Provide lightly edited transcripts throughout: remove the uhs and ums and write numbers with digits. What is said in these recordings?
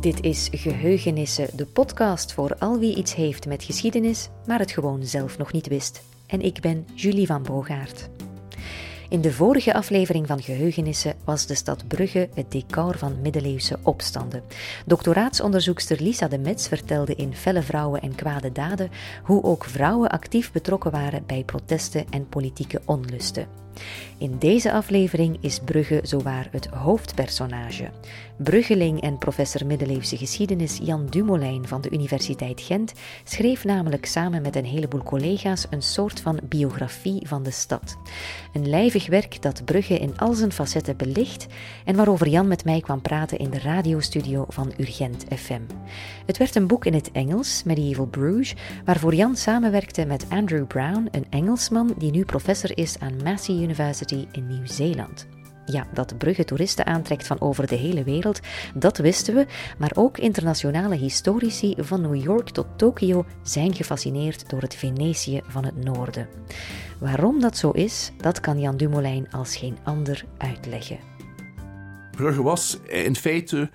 Dit is Geheugenissen, de podcast voor al wie iets heeft met geschiedenis, maar het gewoon zelf nog niet wist. En ik ben Julie van Boogaard. In de vorige aflevering van Geheugenissen was de stad Brugge het decor van middeleeuwse opstanden. Doctoraatsonderzoekster Lisa de Metz vertelde in Felle Vrouwen en Kwade Daden hoe ook vrouwen actief betrokken waren bij protesten en politieke onlusten. In deze aflevering is Brugge zowaar het hoofdpersonage. Bruggeling en professor middeleeuwse geschiedenis Jan Dumoulin van de Universiteit Gent schreef namelijk samen met een heleboel collega's een soort van biografie van de stad. Een lijvig werk dat Brugge in al zijn facetten belicht en waarover Jan met mij kwam praten in de radiostudio van Urgent FM. Het werd een boek in het Engels, Medieval Bruges, waarvoor Jan samenwerkte met Andrew Brown, een Engelsman die nu professor is aan Massey University in Nieuw-Zeeland. Ja, dat Brugge toeristen aantrekt van over de hele wereld, dat wisten we, maar ook internationale historici van New York tot Tokio zijn gefascineerd door het Venetië van het noorden. Waarom dat zo is, dat kan Jan Dumoulin als geen ander uitleggen. Brugge was in feite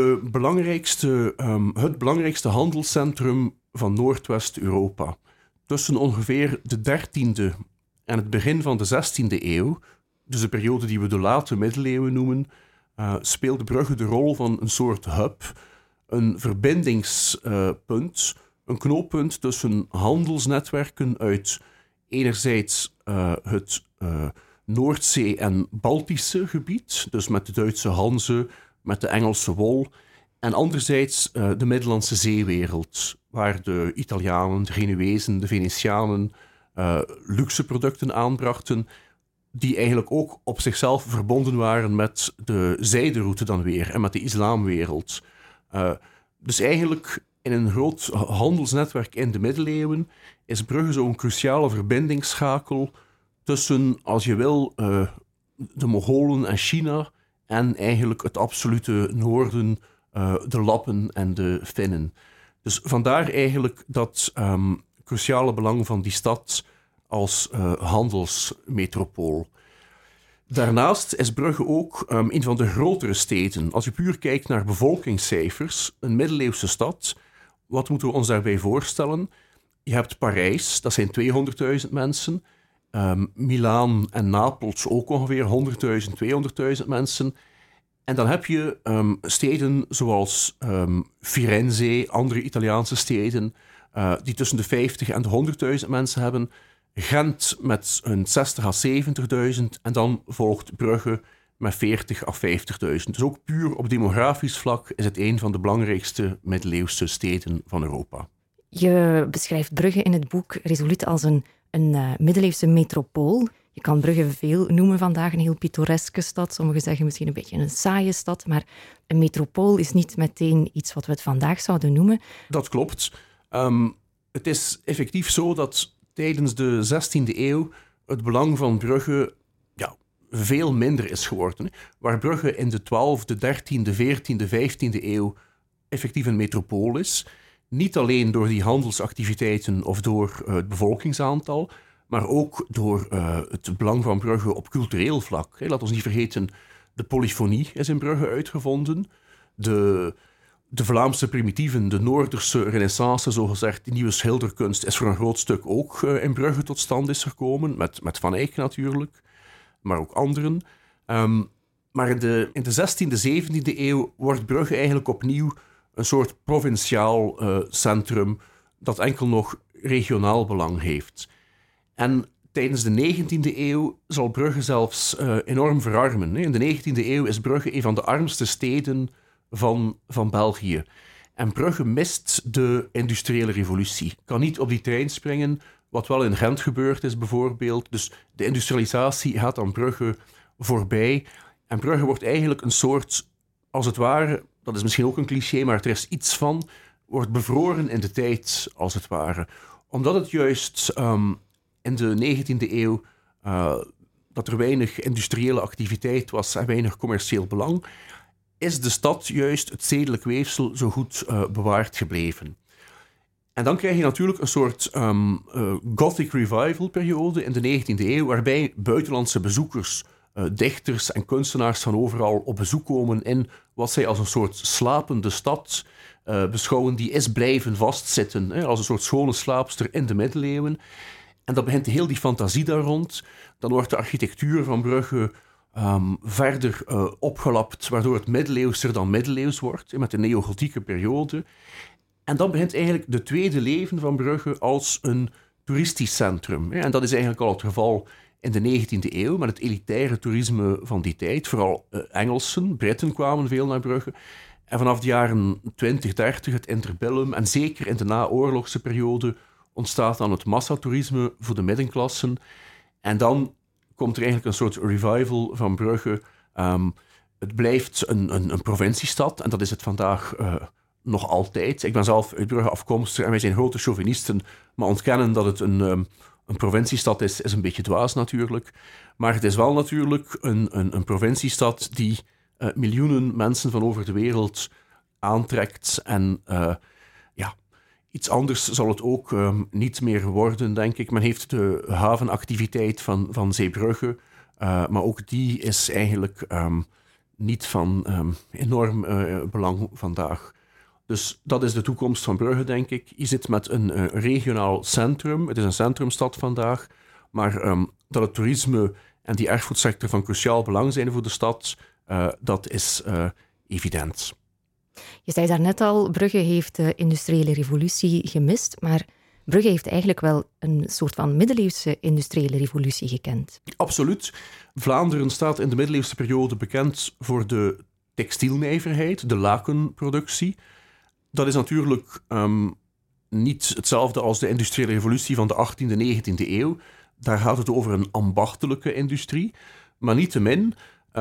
het belangrijkste handelscentrum van Noordwest-Europa. Tussen ongeveer de 13e en het begin van de 16e eeuw, dus de periode die we de late middeleeuwen noemen, speelde Brugge de rol van een soort hub, een verbindingspunt, een knooppunt tussen handelsnetwerken uit enerzijds het Noordzee- en Baltische gebied, dus met de Duitse Hanze, met de Engelse wol, en anderzijds de Middellandse zeewereld, waar de Italianen, de Genuezen, de Venetianen luxe producten aanbrachten, die eigenlijk ook op zichzelf verbonden waren met de zijderoute dan weer en met de islamwereld. Dus eigenlijk in een groot handelsnetwerk in de middeleeuwen is Brugge zo'n cruciale verbindingsschakel tussen, als je wil, de Mongolen en China en eigenlijk het absolute noorden, de Lappen en de Finnen. Dus vandaar eigenlijk dat cruciale belang van die stad als handelsmetropool. Daarnaast is Brugge ook een van de grotere steden. Als je puur kijkt naar bevolkingscijfers, een middeleeuwse stad, wat moeten we ons daarbij voorstellen? Je hebt Parijs, dat zijn 200.000 mensen. Milaan en Napels ook ongeveer 100.000, 200.000 mensen. En dan heb je steden zoals Firenze, andere Italiaanse steden, die tussen de 50 en de 100.000 mensen hebben. Gent met een 60 à 70.000 en dan volgt Brugge met 40 à 50.000. Dus ook puur op demografisch vlak is het een van de belangrijkste middeleeuwse steden van Europa. Je beschrijft Brugge in het boek resoluut als een middeleeuwse metropool. Je kan Brugge veel noemen vandaag, een heel pittoreske stad. Sommigen zeggen misschien een beetje een saaie stad, maar een metropool is niet meteen iets wat we het vandaag zouden noemen. Dat klopt. Het is effectief zo dat tijdens de 16e eeuw het belang van Brugge veel minder is geworden. Waar Brugge in de 12e, 13e, 14e, 15e eeuw effectief een metropool is. Niet alleen door die handelsactiviteiten of door het bevolkingsaantal, maar ook door het belang van Brugge op cultureel vlak. Laat ons niet vergeten, de polyfonie is in Brugge uitgevonden. De Vlaamse primitieven, de Noorderse renaissance, zogezegd, die nieuwe schilderkunst, is voor een groot stuk ook in Brugge tot stand is gekomen, met Van Eyck natuurlijk, maar ook anderen. Maar in de 16e, 17e eeuw wordt Brugge eigenlijk opnieuw een soort provinciaal centrum dat enkel nog regionaal belang heeft. En tijdens de 19e eeuw zal Brugge zelfs enorm verarmen. In de 19e eeuw is Brugge een van de armste steden van België. En Brugge mist de industriële revolutie. Kan niet op die trein springen, wat wel in Gent gebeurd is bijvoorbeeld. Dus de industrialisatie gaat aan Brugge voorbij. En Brugge wordt eigenlijk een soort, als het ware, dat is misschien ook een cliché, maar er is iets van, wordt bevroren in de tijd, als het ware. Omdat het juist in de 19e eeuw dat er weinig industriële activiteit was en weinig commercieel belang, is de stad juist het stedelijk weefsel zo goed bewaard gebleven. En dan krijg je natuurlijk een soort Gothic revival periode in de 19e eeuw, waarbij buitenlandse bezoekers dichters en kunstenaars van overal op bezoek komen in wat zij als een soort slapende stad beschouwen, die is blijven vastzitten, als een soort schone slaapster in de middeleeuwen. En dan begint heel die fantasie daar rond. Dan wordt de architectuur van Brugge verder opgelapt, waardoor het middeleeuwser dan middeleeuws wordt, met de neogotieke periode. En dan begint eigenlijk de tweede leven van Brugge als een toeristisch centrum. En dat is eigenlijk al het geval in de 19e eeuw, met het elitaire toerisme van die tijd. Vooral Engelsen, Britten kwamen veel naar Brugge. En vanaf de jaren 20, 30, het interbellum, en zeker in de naoorlogse periode, ontstaat dan het massatoerisme voor de middenklassen. En dan komt er eigenlijk een soort revival van Brugge. Het blijft een provinciestad, en dat is het vandaag nog altijd. Ik ben zelf uit Brugge afkomstig en wij zijn grote chauvinisten, maar ontkennen dat het een provinciestad is een beetje dwaas natuurlijk. Maar het is wel natuurlijk een provinciestad die miljoenen mensen van over de wereld aantrekt. En iets anders zal het ook niet meer worden, denk ik. Men heeft de havenactiviteit van Zeebrugge, maar ook die is eigenlijk niet van enorm belang vandaag. Dus dat is de toekomst van Brugge, denk ik. Je zit met een regionaal centrum. Het is een centrumstad vandaag. Maar dat het toerisme en die erfgoedsector van cruciaal belang zijn voor de stad, dat is evident. Je zei daarnet al, Brugge heeft de industriële revolutie gemist, maar Brugge heeft eigenlijk wel een soort van middeleeuwse industriële revolutie gekend. Absoluut. Vlaanderen staat in de middeleeuwse periode bekend voor de textielnijverheid, de lakenproductie. Dat is natuurlijk niet hetzelfde als de industriële revolutie van de 18e, 19e eeuw. Daar gaat het over een ambachtelijke industrie. Maar niettemin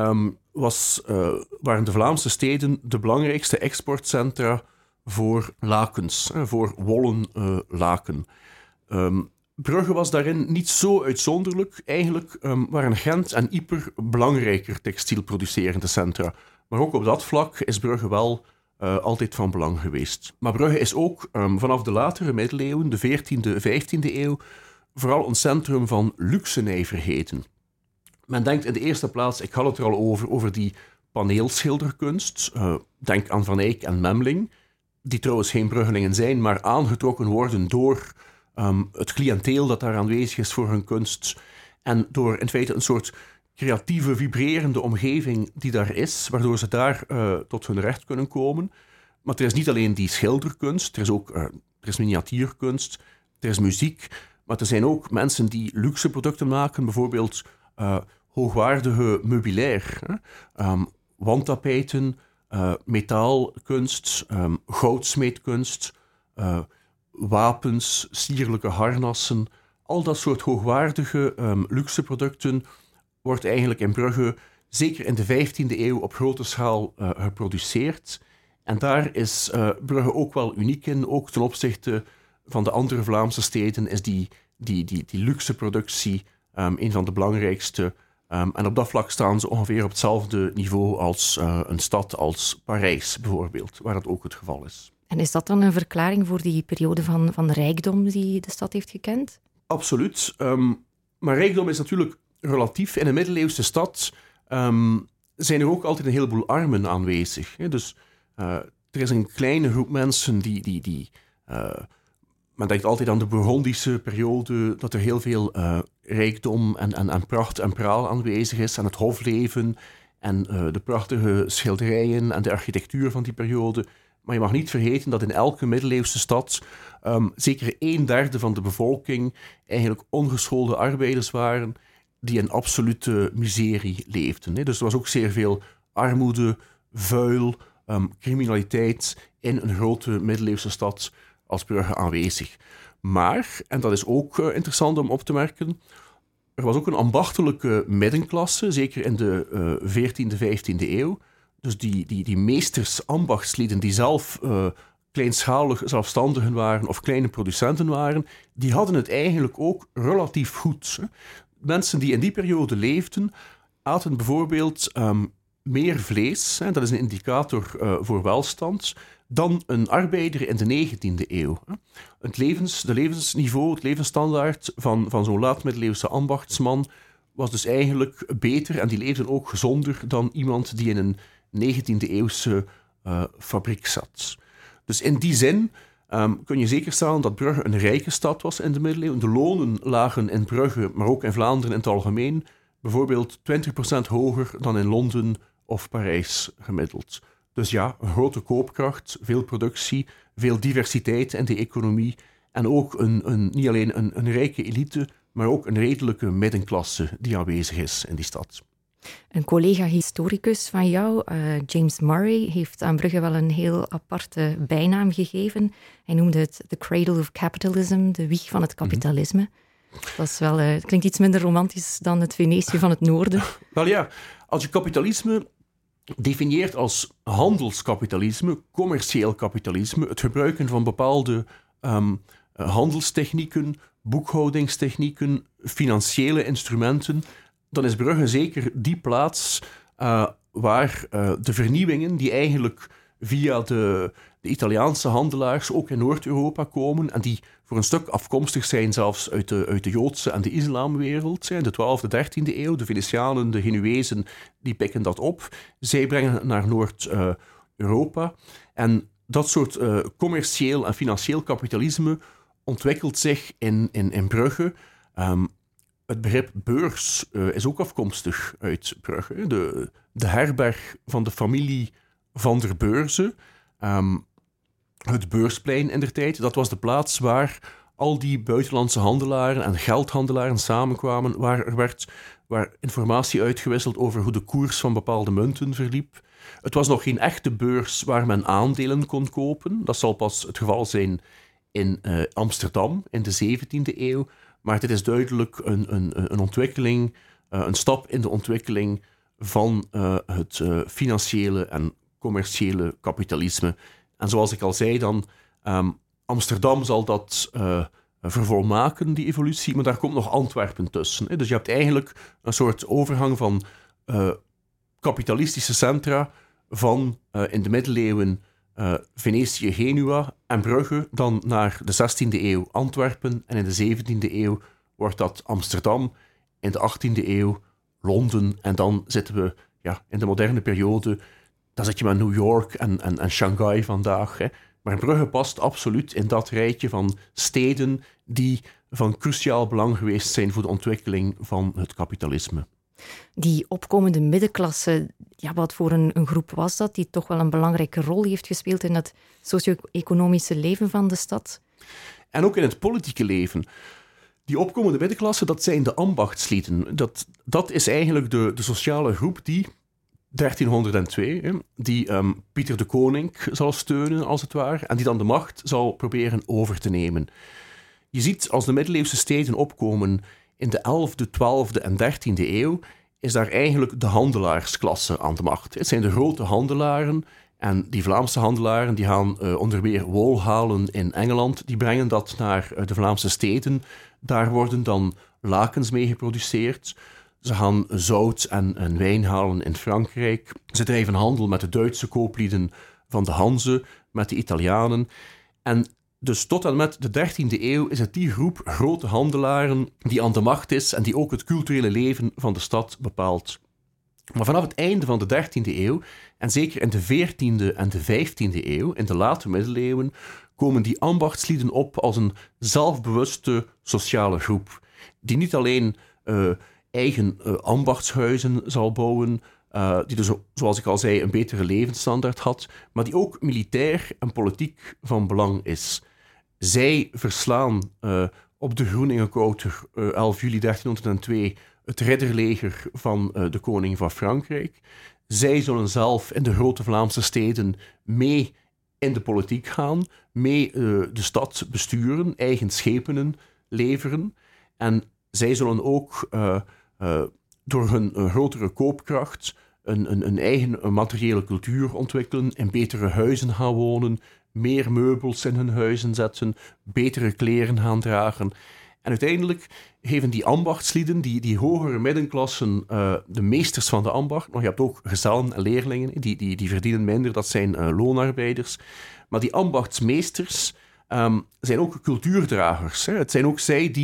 waren de Vlaamse steden de belangrijkste exportcentra voor lakens, voor wollen laken. Brugge was daarin niet zo uitzonderlijk. Eigenlijk waren Gent en Ieper belangrijker textielproducerende centra. Maar ook op dat vlak is Brugge wel altijd van belang geweest. Maar Brugge is ook vanaf de latere middeleeuwen, de 14e, 15e eeuw, vooral een centrum van luxe-nijverheden. Men denkt in de eerste plaats, ik had het er al over die paneelschilderkunst. Denk aan Van Eyck en Memling, die trouwens geen Bruggelingen zijn, maar aangetrokken worden door het cliënteel dat daar aanwezig is voor hun kunst. En door in feite een soort creatieve, vibrerende omgeving die daar is, waardoor ze daar tot hun recht kunnen komen. Maar er is niet alleen die schilderkunst, er is miniatuurkunst, er is muziek, maar er zijn ook mensen die luxe producten maken, bijvoorbeeld hoogwaardige meubilair, wandtapijten, metaalkunst, goudsmeedkunst, wapens, sierlijke harnassen. Al dat soort hoogwaardige luxe producten wordt eigenlijk in Brugge, zeker in de 15e eeuw, op grote schaal geproduceerd. En daar is Brugge ook wel uniek in. Ook ten opzichte van de andere Vlaamse steden is die luxe productie een van de belangrijkste. En op dat vlak staan ze ongeveer op hetzelfde niveau als een stad als Parijs bijvoorbeeld, waar dat ook het geval is. En is dat dan een verklaring voor die periode van rijkdom die de stad heeft gekend? Absoluut. Maar rijkdom is natuurlijk relatief. In een middeleeuwse stad zijn er ook altijd een heleboel armen aanwezig. Hè? Dus er is een kleine groep mensen die men denkt altijd aan de Bourgondische periode, dat er heel veel rijkdom en pracht en praal aanwezig is, en het hofleven en de prachtige schilderijen en de architectuur van die periode. Maar je mag niet vergeten dat in elke middeleeuwse stad zeker 1/3 van de bevolking eigenlijk ongeschoolde arbeiders waren die in absolute miserie leefden. Dus er was ook zeer veel armoede, vuil, criminaliteit in een grote middeleeuwse stad als Brugge aanwezig. Maar, en dat is ook interessant om op te merken, er was ook een ambachtelijke middenklasse, zeker in de 14e, 15e eeuw. Dus die meesters, ambachtslieden die zelf kleinschalig zelfstandigen waren of kleine producenten waren, die hadden het eigenlijk ook relatief goed. Mensen die in die periode leefden, aten bijvoorbeeld meer vlees, dat is een indicator voor welstand, dan een arbeider in de 19e eeuw. Het levensniveau, het levensstandaard van zo'n laat-middeleeuwse ambachtsman was dus eigenlijk beter en die leefden ook gezonder dan iemand die in een 19e-eeuwse fabriek zat. Dus in die zin kun je zeker stellen dat Brugge een rijke stad was in de middeleeuwen. De lonen lagen in Brugge, maar ook in Vlaanderen in het algemeen, bijvoorbeeld 20% hoger dan in Londen of Parijs gemiddeld. Dus ja, een grote koopkracht, veel productie, veel diversiteit in de economie en ook niet alleen een rijke elite, maar ook een redelijke middenklasse die aanwezig is in die stad. Een collega-historicus van jou, James Murray, heeft aan Brugge wel een heel aparte bijnaam gegeven. Hij noemde het The Cradle of Capitalism, de wieg van het kapitalisme. Dat is wel, het klinkt iets minder romantisch dan het Venetië van het noorden. Wel ja, als je kapitalisme definieert als handelskapitalisme, commercieel kapitalisme, het gebruiken van bepaalde handelstechnieken, boekhoudingstechnieken, financiële instrumenten, dan is Brugge zeker die plaats waar de vernieuwingen die eigenlijk via de Italiaanse handelaars ook in Noord-Europa komen en die voor een stuk afkomstig zijn zelfs uit de Joodse en de islamwereld. In de 12e, 13e eeuw, de Venetianen, de Genuezen, die pikken dat op. Zij brengen het naar Noord-Europa. En dat soort commercieel en financieel kapitalisme ontwikkelt zich in Brugge. Het begrip beurs is ook afkomstig uit Brugge. De herberg van de familie Van der Beurze, het beursplein indertijd, dat was de plaats waar al die buitenlandse handelaren en geldhandelaren samenkwamen, waar informatie uitgewisseld over hoe de koers van bepaalde munten verliep. Het was nog geen echte beurs waar men aandelen kon kopen. Dat zal pas het geval zijn in Amsterdam in de 17e eeuw. Maar dit is duidelijk een ontwikkeling, een stap in de ontwikkeling van het financiële en commerciële kapitalisme. En zoals ik al zei dan, Amsterdam zal dat vervolmaken, die evolutie, maar daar komt nog Antwerpen tussen. Dus je hebt eigenlijk een soort overgang van kapitalistische centra van in de middeleeuwen Venetië, Genua en Brugge, dan naar de 16e eeuw Antwerpen en in de 17e eeuw wordt dat Amsterdam, in de 18e eeuw Londen en dan zitten we in de moderne periode, dan zit je met New York en Shanghai vandaag. Maar Brugge past absoluut in dat rijtje van steden die van cruciaal belang geweest zijn voor de ontwikkeling van het kapitalisme. Die opkomende middenklasse, wat voor een groep was dat, die toch wel een belangrijke rol heeft gespeeld in het socio-economische leven van de stad? En ook in het politieke leven. Die opkomende middenklasse, dat zijn de ambachtslieden. Dat is eigenlijk de sociale groep die 1302, die Pieter de Koning zal steunen, als het ware, en die dan de macht zal proberen over te nemen. Je ziet, als de middeleeuwse steden opkomen in de 11e, 12e en 13e eeuw, is daar eigenlijk de handelaarsklasse aan de macht. Het zijn de grote handelaren, en die Vlaamse handelaren die gaan onder meer wol halen in Engeland, die brengen dat naar de Vlaamse steden. Daar worden dan lakens mee geproduceerd. Ze gaan zout en wijn halen in Frankrijk. Ze drijven handel met de Duitse kooplieden van de Hanze, met de Italianen. En dus tot en met de 13e eeuw is het die groep grote handelaren die aan de macht is en die ook het culturele leven van de stad bepaalt. Maar vanaf het einde van de 13e eeuw, en zeker in de 14e en de 15e eeuw, in de late middeleeuwen, komen die ambachtslieden op als een zelfbewuste sociale groep, die niet alleen eigen ambachtshuizen zal bouwen, die dus, zoals ik al zei, een betere levensstandaard had, maar die ook militair en politiek van belang is. Zij verslaan op de Groeningekouter 11 juli 1302 het ridderleger van de koning van Frankrijk. Zij zullen zelf in de grote Vlaamse steden mee in de politiek gaan, mee de stad besturen, eigen schepenen leveren. En zij zullen ook door hun grotere koopkracht een eigen materiële cultuur ontwikkelen, in betere huizen gaan wonen, meer meubels in hun huizen zetten, betere kleren gaan dragen. En uiteindelijk geven die ambachtslieden, die hogere middenklassen, de meesters van de ambacht, maar je hebt ook gezellen en leerlingen, die verdienen minder, dat zijn loonarbeiders. Maar die ambachtsmeesters zijn ook cultuurdragers. Het zijn ook zij die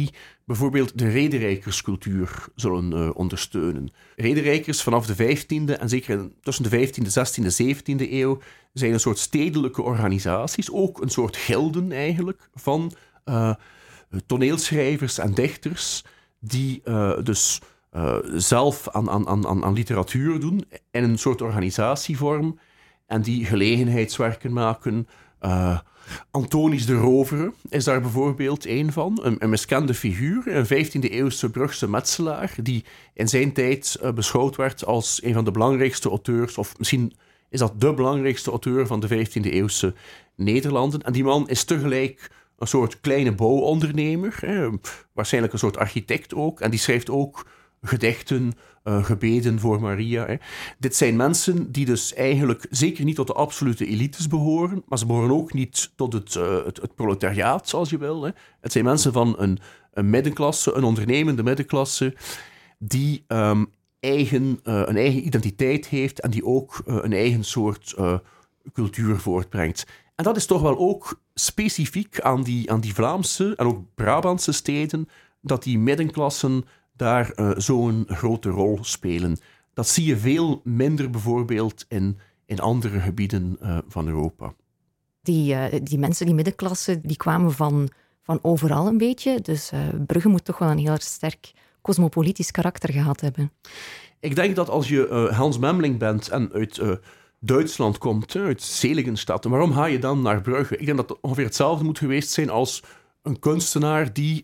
bijvoorbeeld de rederijkerscultuur zullen ondersteunen. Rederijkers vanaf de 15e en zeker tussen de 15e, 16e, 17e eeuw zijn een soort stedelijke organisaties, ook een soort gilden eigenlijk, van toneelschrijvers en dichters die dus zelf aan literatuur doen in een soort organisatievorm en die gelegenheidswerken maken. Antonius de Rovere is daar bijvoorbeeld een van. Een miskende figuur, een 15e-eeuwse Brugse metselaar, die in zijn tijd beschouwd werd als een van de belangrijkste auteurs, of misschien is dat de belangrijkste auteur van de 15e-eeuwse Nederlanden. En die man is tegelijk een soort kleine bouwondernemer, waarschijnlijk een soort architect ook, en die schrijft ook gedichten, gebeden voor Maria. Dit zijn mensen die dus eigenlijk zeker niet tot de absolute elites behoren, maar ze behoren ook niet tot het proletariaat, als je wil. Het zijn mensen van een middenklasse, een ondernemende middenklasse, die een eigen identiteit heeft en die ook een eigen soort cultuur voortbrengt. En dat is toch wel ook specifiek aan die Vlaamse en ook Brabantse steden, dat die middenklassen daar zo'n grote rol spelen. Dat zie je veel minder bijvoorbeeld in andere gebieden van Europa. Die mensen, die middenklasse, die kwamen van overal een beetje. Dus Brugge moet toch wel een heel sterk cosmopolitisch karakter gehad hebben. Ik denk dat als je Hans Memling bent en uit Duitsland komt, uit Seligenstadt, waarom ga je dan naar Brugge? Ik denk dat het ongeveer hetzelfde moet geweest zijn als een kunstenaar die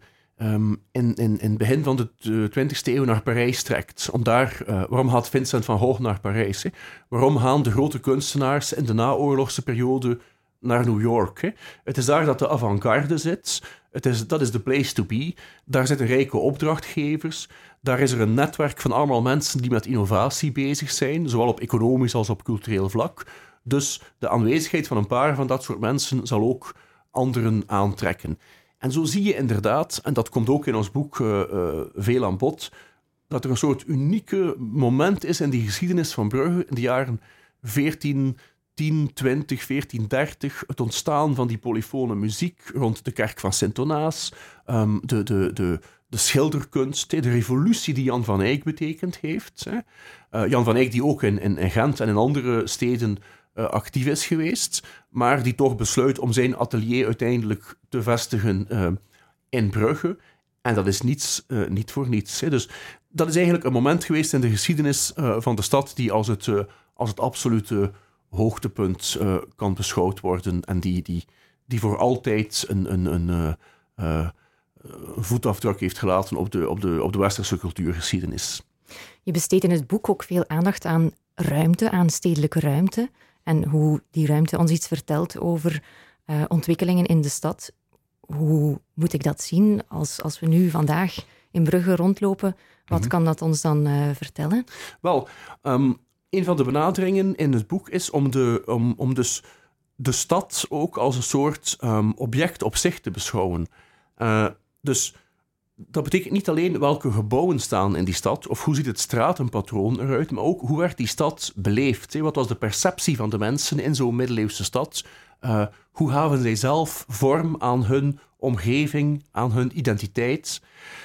in het begin van de 20e eeuw naar Parijs trekt. Waarom gaat Vincent van Gogh naar Parijs? Hè? Waarom gaan de grote kunstenaars in de naoorlogse periode naar New York? Hè? Het is daar dat de avant-garde zit. Dat is de place to be. Daar zitten rijke opdrachtgevers. Daar is er een netwerk van allemaal mensen die met innovatie bezig zijn, zowel op economisch als op cultureel vlak. Dus de aanwezigheid van een paar van dat soort mensen zal ook anderen aantrekken. En zo zie je inderdaad, en dat komt ook in ons boek veel aan bod, dat er een soort unieke moment is in die geschiedenis van Brugge in de jaren 1420, 1430, het ontstaan van die polyfone muziek rond de kerk van Sint-Onaas, de schilderkunst, de revolutie die Jan van Eyck betekend heeft. Jan van Eyck die ook in Gent en in andere steden actief is geweest, maar die toch besluit om zijn atelier uiteindelijk te vestigen in Brugge. En dat is niet voor niets. Dus dat is eigenlijk een moment geweest in de geschiedenis van de stad die als het absolute hoogtepunt kan beschouwd worden en die voor altijd een voetafdruk heeft gelaten op de westerse cultuurgeschiedenis. Je besteedt in het boek ook veel aandacht aan ruimte, aan stedelijke ruimte en hoe die ruimte ons iets vertelt over ontwikkelingen in de stad. Hoe moet ik dat zien als we nu vandaag in Brugge rondlopen? Wat kan dat ons dan vertellen? Wel, een van de benaderingen in het boek is om dus de stad ook als een soort object op zich te beschouwen. Dus dat betekent niet alleen welke gebouwen staan in die stad, of hoe ziet het stratenpatroon eruit, maar ook hoe werd die stad beleefd? Wat was de perceptie van de mensen in zo'n middeleeuwse stad? Hoe gaven zij zelf vorm aan hun omgeving, aan hun identiteit?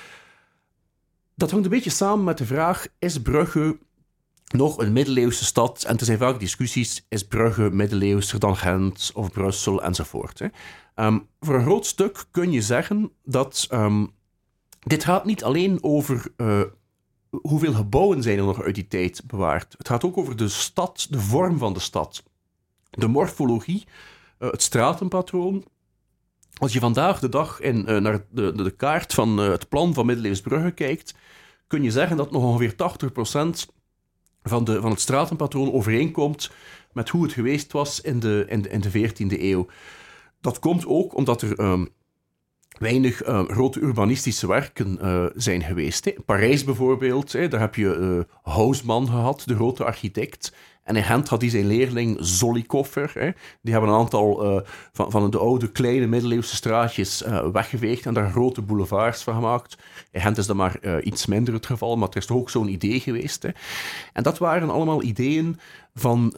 Dat hangt een beetje samen met de vraag, is Brugge nog een middeleeuwse stad? En er zijn vaak discussies, is Brugge middeleeuwser dan Gent of Brussel enzovoort. Voor een groot stuk kun je zeggen dat dit gaat niet alleen over hoeveel gebouwen zijn er nog uit die tijd bewaard. Het gaat ook over de stad, de vorm van de stad. De morfologie, het stratenpatroon. Als je vandaag de dag naar de kaart van het plan van middeleeuws Brugge kijkt, kun je zeggen dat nog ongeveer 80% van het stratenpatroon overeenkomt met hoe het geweest was in de 14e eeuw. Dat komt ook omdat er weinig grote urbanistische werken zijn geweest. In Parijs bijvoorbeeld, daar heb je Haussmann gehad, de grote architect. En in Gent had hij zijn leerling Zollikofer. Die hebben een aantal van de oude, kleine middeleeuwse straatjes weggeveegd en daar grote boulevards van gemaakt. In Gent is dat maar iets minder het geval, maar er is toch ook zo'n idee geweest. En dat waren allemaal ideeën van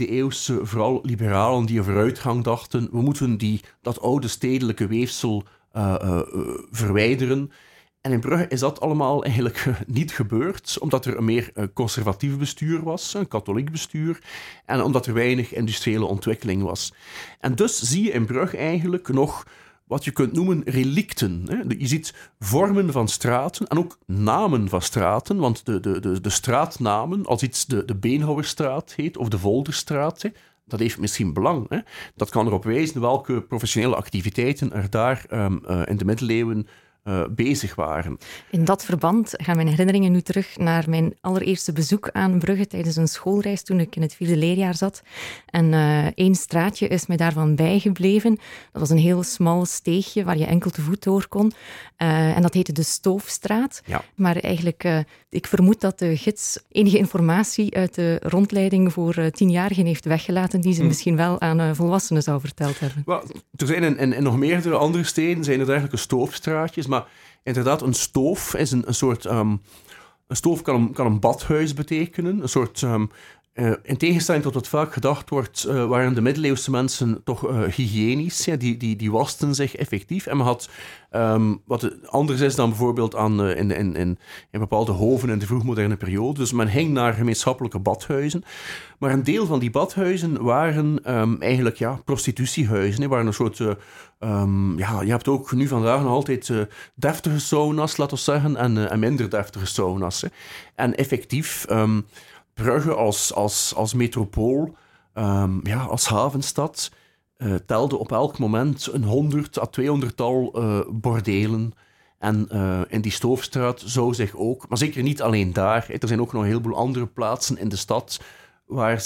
19e-eeuwse, vooral liberalen die een vooruitgang dachten. We moeten dat oude stedelijke weefsel verwijderen. En in Brugge is dat allemaal eigenlijk niet gebeurd, omdat er een meer conservatief bestuur was, een katholiek bestuur, en omdat er weinig industriële ontwikkeling was. En dus zie je in Brugge eigenlijk nog wat je kunt noemen relicten. Hè? Je ziet vormen van straten en ook namen van straten, want de straatnamen, als iets de Beenhouwerstraat heet of de Volderstraat, hè, dat heeft misschien belang. Hè? Dat kan erop wijzen welke professionele activiteiten er daar in de middeleeuwen bezig waren. In dat verband gaan mijn herinneringen nu terug naar mijn allereerste bezoek aan Brugge tijdens een schoolreis toen ik in het 4e leerjaar zat. En één straatje is mij daarvan bijgebleven. Dat was een heel smal steegje waar je enkel te voet door kon. En dat heette de Stoofstraat. Ja. Maar eigenlijk, ik vermoed dat de gids enige informatie uit de rondleiding voor 10-jarigen heeft weggelaten die ze misschien wel aan volwassenen zou verteld hebben. Well, er zijn in nog meerdere andere steden zijn er eigenlijk stoofstraatjes, maar inderdaad, een stoof is een soort... een stoof kan een badhuis betekenen, een soort... in tegenstelling tot wat vaak gedacht wordt, waren de middeleeuwse mensen toch hygiënisch. Ja, die wasten zich effectief. En men had, wat anders is dan bijvoorbeeld in bepaalde hoven in de vroegmoderne periode. Dus men ging naar gemeenschappelijke badhuizen. Maar een deel van die badhuizen waren eigenlijk prostitutiehuizen. Die waren een soort... je hebt ook nu vandaag nog altijd deftige sauna's, laten we zeggen, en minder deftige sauna's. Hè. En effectief... Brugge als metropool, als havenstad, telde op elk moment een 100 à 200-tal bordelen. En in die Stoofstraat zou zich ook, maar zeker niet alleen daar, er zijn ook nog een heleboel andere plaatsen in de stad waar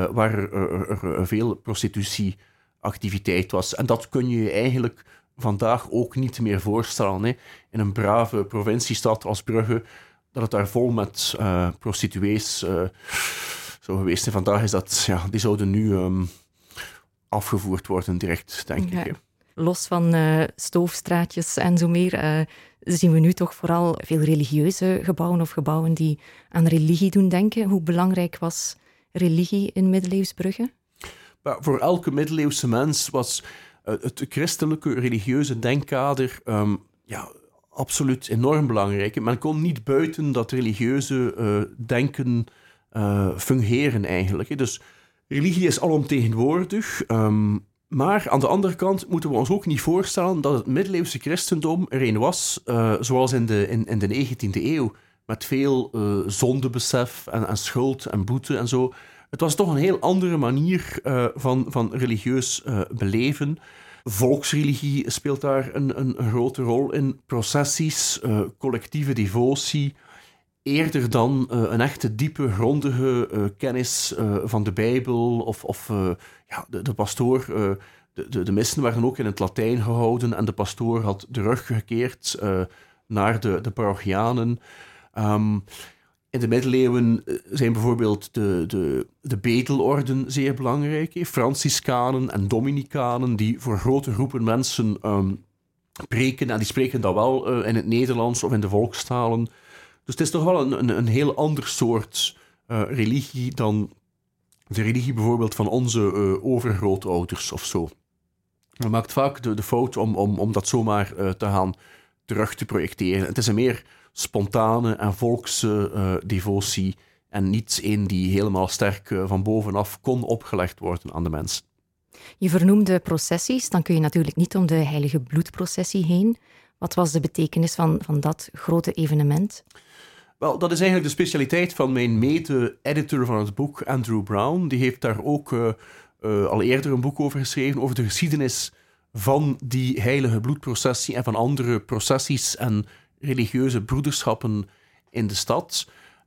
er veel prostitutieactiviteit was. En dat kun je je eigenlijk vandaag ook niet meer voorstellen. Hè. In een brave provinciestad als Brugge, dat het daar vol met prostituees zou geweest zijn. Vandaag is dat, die zouden nu afgevoerd worden direct, denk ik. Los van stoofstraatjes en zo meer, zien we nu toch vooral veel religieuze gebouwen of gebouwen die aan religie doen denken. Hoe belangrijk was religie in middeleeuws Brugge? Voor elke middeleeuwse mens was het christelijke religieuze denkkader... absoluut enorm belangrijk. Men kon niet buiten dat religieuze denken fungeren eigenlijk. Hè. Dus religie is alomtegenwoordig. Maar aan de andere kant moeten we ons ook niet voorstellen dat het middeleeuwse christendom er een was, zoals in de 19e eeuw, met veel zondebesef en schuld en boete en zo. Het was toch een heel andere manier van religieus beleven. Volksreligie speelt daar een grote rol in. Processies, collectieve devotie. Eerder dan een echte diepe, grondige kennis van de Bijbel. Of de pastoor... De missen werden ook in het Latijn gehouden. En de pastoor had de rug gekeerd naar de parochianen. In de middeleeuwen zijn bijvoorbeeld de bedelorden zeer belangrijk. Franciscanen en Dominicanen die voor grote groepen mensen preken. En die spreken dat wel in het Nederlands of in de volkstalen. Dus het is toch wel een heel ander soort religie dan de religie bijvoorbeeld van onze overgrootouders of zo. Men maakt vaak de fout om dat zomaar te gaan terug te projecteren. Het is een meer spontane en volkse devotie en niet een die helemaal sterk van bovenaf kon opgelegd worden aan de mens. Je vernoemde processies, dan kun je natuurlijk niet om de heilige bloedprocessie heen. Wat was de betekenis van dat grote evenement? Wel, dat is eigenlijk de specialiteit van mijn mede-editor van het boek, Andrew Brown. Die heeft daar ook al eerder een boek over geschreven, over de geschiedenis van die heilige bloedprocessie en van andere processies en religieuze broederschappen in de stad.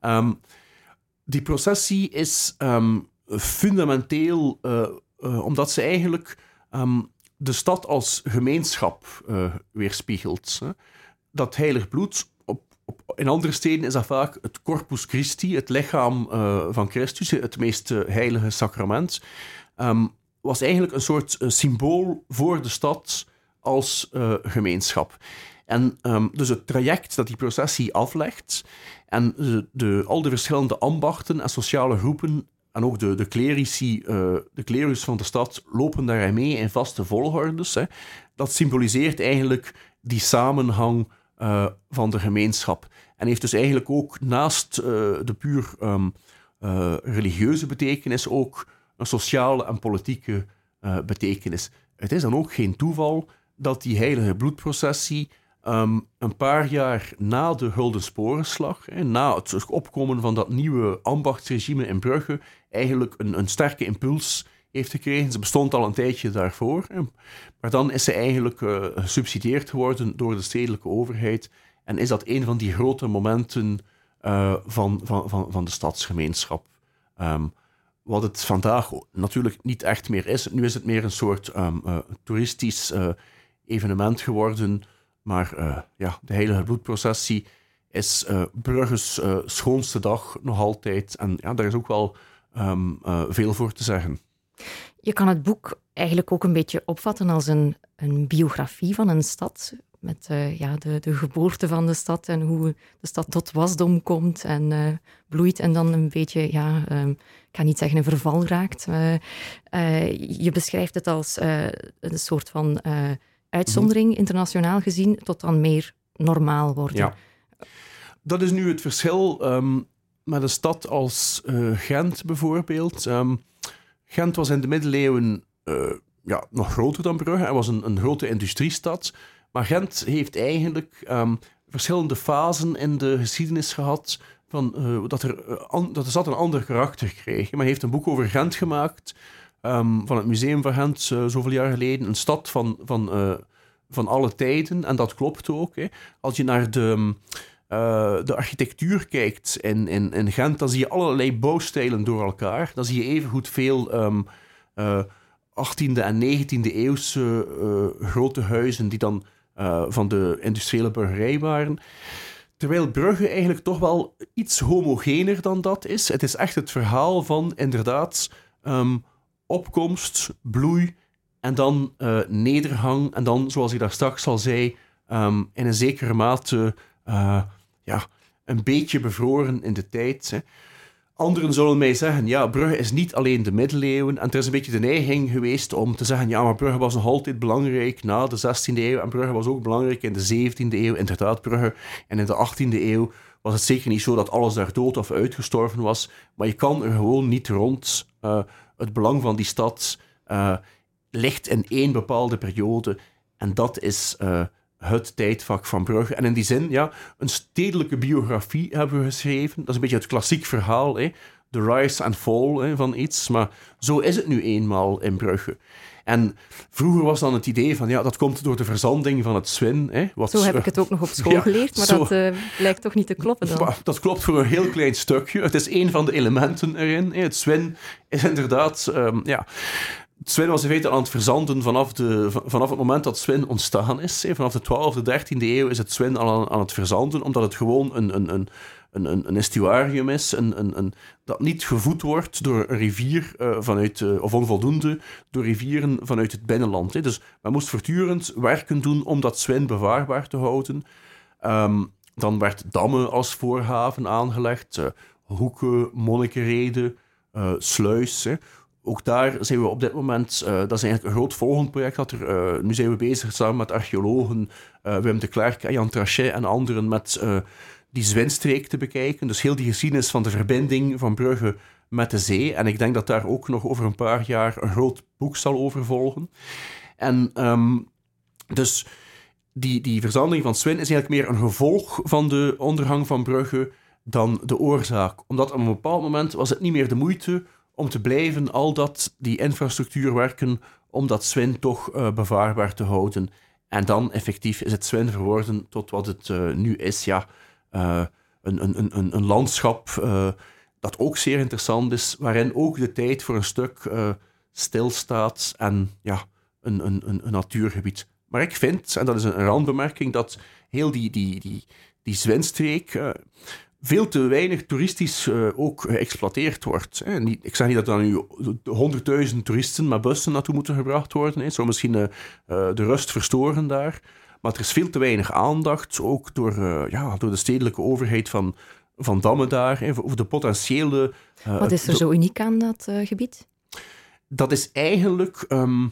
Die processie is fundamenteel omdat ze eigenlijk de stad als gemeenschap weerspiegelt. Dat heilig bloed, in andere steden is dat vaak het Corpus Christi, het lichaam van Christus, het meest heilige sacrament, was eigenlijk een soort symbool voor de stad als gemeenschap. En dus het traject dat die processie aflegt en al de verschillende ambachten en sociale groepen en ook de clerici, de clerus van de stad, lopen daarin mee in vaste volgordes. Hè. Dat symboliseert eigenlijk die samenhang van de gemeenschap. En heeft dus eigenlijk ook naast de puur religieuze betekenis ook een sociale en politieke betekenis. Het is dan ook geen toeval dat die heilige bloedprocessie een paar jaar na de Guldensporenslag, na het opkomen van dat nieuwe ambachtsregime in Brugge, eigenlijk een sterke impuls heeft gekregen. Ze bestond al een tijdje daarvoor, maar dan is ze eigenlijk gesubsidieerd geworden door de stedelijke overheid en is dat een van die grote momenten van de stadsgemeenschap. Wat het vandaag natuurlijk niet echt meer is. Nu is het meer een soort toeristisch evenement geworden. Maar de heilige bloedprocessie is Brugge's schoonste dag nog altijd. En ja, daar is ook wel veel voor te zeggen. Je kan het boek eigenlijk ook een beetje opvatten als een biografie van een stad. Met de geboorte van de stad en hoe de stad tot wasdom komt en bloeit en dan een beetje, ik ga niet zeggen een verval raakt. Je beschrijft het als een soort van uitzondering, internationaal gezien, tot dan meer normaal worden. Ja. Dat is nu het verschil met een stad als Gent bijvoorbeeld. Gent was in de middeleeuwen nog groter dan Brugge. Het was een grote industriestad. Maar Gent heeft eigenlijk verschillende fasen in de geschiedenis gehad dat de stad een ander karakter kreeg. Men heeft een boek over Gent gemaakt, van het Museum van Gent, zoveel jaar geleden. Een stad van alle tijden, en dat klopt ook. Hè. Als je naar de architectuur kijkt in Gent, dan zie je allerlei bouwstijlen door elkaar. Dan zie je evengoed veel 18e en 19e eeuwse grote huizen die dan van de industriële burgerij waren. Terwijl Brugge eigenlijk toch wel iets homogener dan dat is. Het is echt het verhaal van inderdaad opkomst, bloei en dan nedergang. En dan, zoals ik daar straks al zei, in een zekere mate een beetje bevroren in de tijd. Hè. Anderen zullen mij zeggen, Brugge is niet alleen de middeleeuwen. En er is een beetje de neiging geweest om te zeggen, maar Brugge was nog altijd belangrijk na de 16e eeuw. En Brugge was ook belangrijk in de 17e eeuw. Inderdaad, Brugge. En in de 18e eeuw was het zeker niet zo dat alles daar dood of uitgestorven was. Maar je kan er gewoon niet rond. Het belang van die stad ligt in één bepaalde periode. En dat is het tijdvak van Brugge. En in die zin, een stedelijke biografie hebben we geschreven. Dat is een beetje het klassiek verhaal, hè? De rise and fall, hè, van iets. Maar zo is het nu eenmaal in Brugge. En vroeger was dan het idee van, dat komt door de verzanding van het Zwin. Hè, zo heb ik het ook nog op school geleerd, maar dat blijkt toch niet te kloppen dan. Dat klopt voor een heel klein stukje. Het is één van de elementen erin. Hè. Het Zwin is inderdaad... Het Zwin was in feite aan het verzanden vanaf het moment dat Zwin ontstaan is. Vanaf de 12e, 13e eeuw is het Zwin al aan het verzanden, omdat het gewoon een estuarium is, dat niet gevoed wordt door een rivier of onvoldoende door rivieren vanuit het binnenland. Dus men moest voortdurend werken doen om dat Zwin bevaarbaar te houden. Dan werd dammen als voorhaven aangelegd, hoeken, monnikenreden, sluis. Ook daar zijn we op dit moment, dat is eigenlijk een groot volgend project. Nu zijn we bezig samen met archeologen Wim de Klerk en Jan Trachet en anderen met die Zwinstreek te bekijken. Dus heel die geschiedenis van de verbinding van Brugge met de zee. En ik denk dat daar ook nog over een paar jaar een groot boek zal over volgen. En dus die verzanding van Zwin is eigenlijk meer een gevolg van de ondergang van Brugge dan de oorzaak. Omdat op een bepaald moment was het niet meer de moeite om te blijven die infrastructuur werken, om dat Zwin toch bevaarbaar te houden. En dan effectief is het Zwin verworden tot wat het nu is. Een landschap dat ook zeer interessant is, waarin ook de tijd voor een stuk stilstaat en een natuurgebied. Maar ik vind, en dat is een randbemerking, dat heel die Zwinstreek veel te weinig toeristisch ook geëxploiteerd wordt. Ik zeg niet dat er nu 100.000 toeristen met bussen naartoe moeten gebracht worden. Het zou misschien de rust verstoren daar. Maar er is veel te weinig aandacht, ook door de stedelijke overheid van van dammen daar, of de potentiële... Wat is er zo uniek aan dat gebied? Dat is eigenlijk...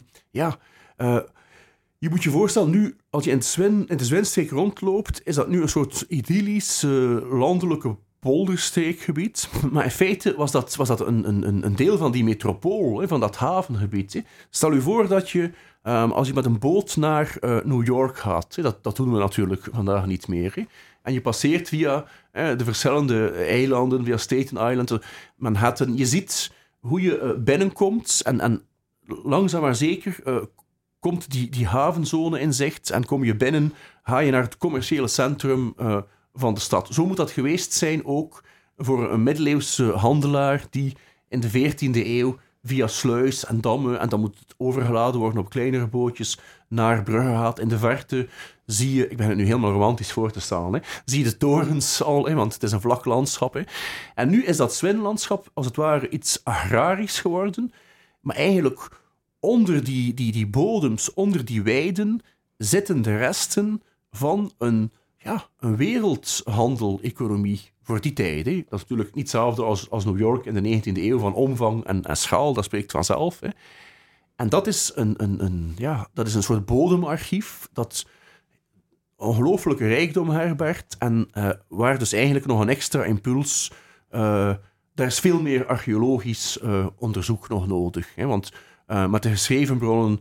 je moet je voorstellen, nu, als je in de Zwinstreek rondloopt, is dat nu een soort idyllisch landelijke polderstreekgebied. Maar in feite was dat een deel van die metropool, van dat havengebied. Stel je voor dat je, als je met een boot naar New York gaat, dat doen we natuurlijk vandaag niet meer, en je passeert via de verschillende eilanden, via Staten Island, Manhattan. Je ziet hoe je binnenkomt en langzaam maar zeker komt die havenzone in zicht en kom je binnen, ga je naar het commerciële centrum van de stad. Zo moet dat geweest zijn ook voor een middeleeuwse handelaar die in de 14e eeuw via sluis en dammen, en dan moet het overgeladen worden op kleinere bootjes, naar Brugge gaat. In de verte zie je, ik ben het nu helemaal romantisch voor te stellen, zie je de torens al, want het is een vlak landschap. En nu is dat Zwinlandschap als het ware iets agrarisch geworden, maar eigenlijk onder die bodems, onder die weiden, zitten de resten van een wereldhandel-economie voor die tijd. Dat is natuurlijk niet hetzelfde als New York in de 19e eeuw van omvang en schaal, dat spreekt vanzelf. En dat is dat is een soort bodemarchief dat ongelooflijke rijkdom herbergt en waar dus eigenlijk nog een extra impuls... daar is veel meer archeologisch onderzoek nog nodig. Want met de geschreven bronnen...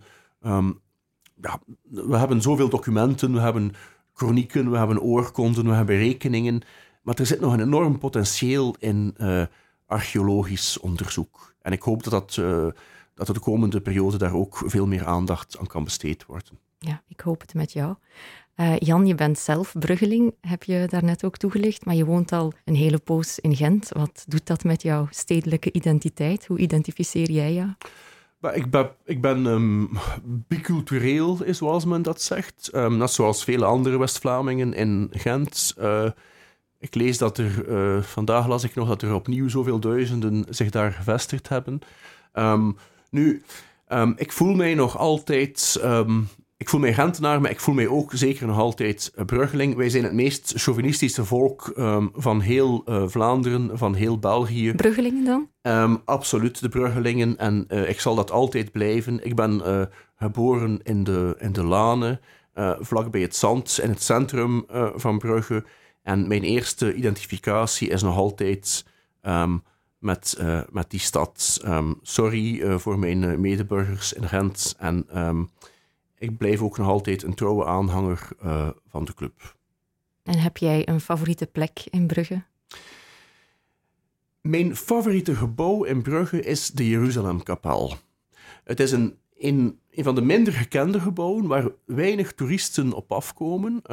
we hebben zoveel documenten, we hebben kronieken, we hebben oorkonden, we hebben rekeningen, maar er zit nog een enorm potentieel in archeologisch onderzoek. En ik hoop dat de komende periode daar ook veel meer aandacht aan kan besteed worden. Ja, ik hoop het met jou. Jan, je bent zelf Bruggeling, heb je daarnet ook toegelicht, maar je woont al een hele poos in Gent. Wat doet dat met jouw stedelijke identiteit? Hoe identificeer jij jou? Ik ben bicultureel, zoals men dat zegt. Net zoals vele andere West-Vlamingen in Gent. Ik lees dat vandaag las ik nog dat er opnieuw zoveel duizenden zich daar gevestigd hebben. Ik voel mij nog altijd... ik voel mij Gentenaar, maar ik voel mij ook zeker nog altijd Bruggeling. Wij zijn het meest chauvinistische volk van heel Vlaanderen, van heel België. Bruggelingen dan? Absoluut, de Bruggelingen. En ik zal dat altijd blijven. Ik ben geboren in de Lane, vlakbij het Zand, in het centrum van Brugge. En mijn eerste identificatie is nog altijd met die stad. Sorry voor mijn medeburgers in Gent. En ik blijf ook nog altijd een trouwe aanhanger van de club. En heb jij een favoriete plek in Brugge? Mijn favoriete gebouw in Brugge is de Jeruzalemkapel. Het is een van de minder gekende gebouwen waar weinig toeristen op afkomen.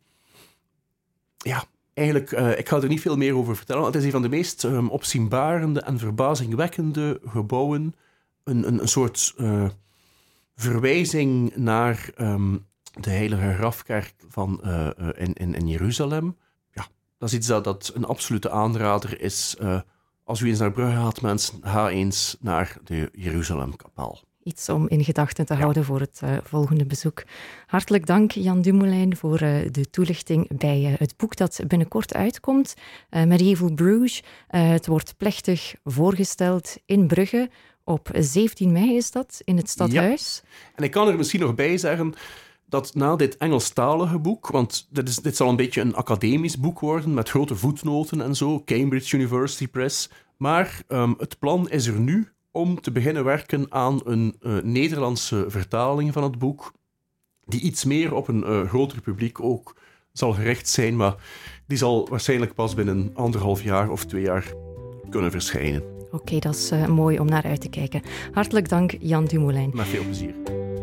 Eigenlijk, ik ga er niet veel meer over vertellen. Het is een van de meest opzienbarende en verbazingwekkende gebouwen. Een soort verwijzing naar de Heilige Grafkerk in Jeruzalem. Ja, dat is iets dat een absolute aanrader is. Als u eens naar Brugge gaat, mensen, ga eens naar de Jeruzalemkapel. Iets om in gedachten te houden voor het volgende bezoek. Hartelijk dank, Jan Dumoulin, voor de toelichting bij het boek dat binnenkort uitkomt. Medieval Bruges. Het wordt plechtig voorgesteld in Brugge. Op 17 mei is dat, in het stadhuis. Ja. En ik kan er misschien nog bij zeggen dat na dit Engelstalige boek, want dit zal een beetje een academisch boek worden, met grote voetnoten en zo, Cambridge University Press, maar het plan is er nu om te beginnen werken aan een Nederlandse vertaling van het boek, die iets meer op een groter publiek ook zal gericht zijn, maar die zal waarschijnlijk pas binnen 1,5 jaar of 2 jaar kunnen verschijnen. Oké, dat is mooi om naar uit te kijken. Hartelijk dank, Jan Dumoulin. Met veel plezier.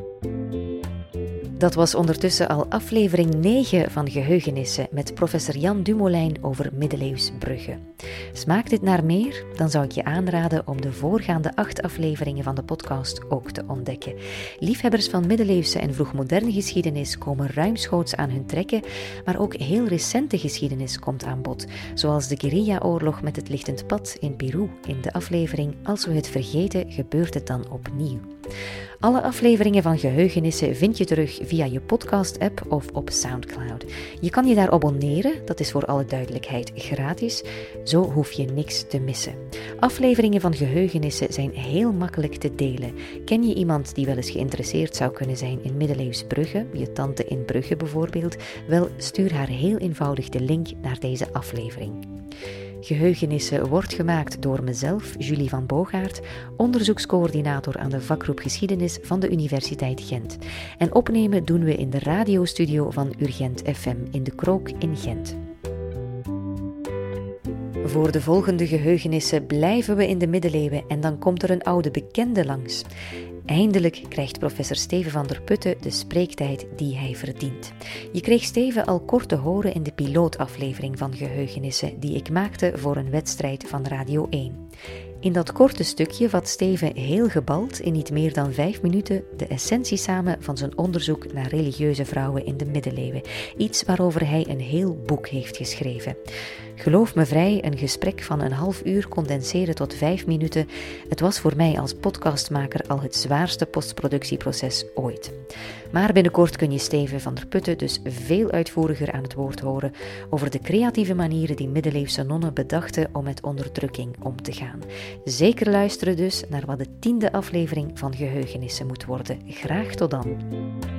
Dat was ondertussen al aflevering 9 van Geheugenissen met professor Jan Dumoulin over middeleeuws Brugge. Smaakt dit naar meer? Dan zou ik je aanraden om de voorgaande 8 afleveringen van de podcast ook te ontdekken. Liefhebbers van middeleeuwse en vroegmoderne geschiedenis komen ruimschoots aan hun trekken, maar ook heel recente geschiedenis komt aan bod, zoals de guerrilla-oorlog met het lichtend pad in Peru in de aflevering Als we het vergeten, gebeurt het dan opnieuw. Alle afleveringen van Geheugenissen vind je terug via je podcast-app of op Soundcloud. Je kan je daar abonneren, dat is voor alle duidelijkheid gratis. Zo hoef je niks te missen. Afleveringen van Geheugenissen zijn heel makkelijk te delen. Ken je iemand die wel eens geïnteresseerd zou kunnen zijn in middeleeuws Brugge, je tante in Brugge bijvoorbeeld? Wel, stuur haar heel eenvoudig de link naar deze aflevering. Geheugenissen wordt gemaakt door mezelf, Julie van Boogaert, onderzoekscoördinator aan de vakgroep Geschiedenis van de Universiteit Gent. En opnemen doen we in de radiostudio van Urgent FM in de Krook in Gent. Voor de volgende Geheugenissen blijven we in de middeleeuwen en dan komt er een oude bekende langs. Eindelijk krijgt professor Steven van der Putten de spreektijd die hij verdient. Je kreeg Steven al kort te horen in de pilootaflevering van Geheugenissen die ik maakte voor een wedstrijd van Radio 1. In dat korte stukje vat Steven heel gebald in niet meer dan 5 minuten de essentie samen van zijn onderzoek naar religieuze vrouwen in de middeleeuwen. Iets waarover hij een heel boek heeft geschreven. Geloof me vrij, een gesprek van een half uur condenseren tot 5 minuten. Het was voor mij als podcastmaker al het zwaarste postproductieproces ooit. Maar binnenkort kun je Steven van der Putten dus veel uitvoeriger aan het woord horen over de creatieve manieren die middeleeuwse nonnen bedachten om met onderdrukking om te gaan. Zeker luisteren dus naar wat de 10e aflevering van Geheugenissen moet worden. Graag tot dan.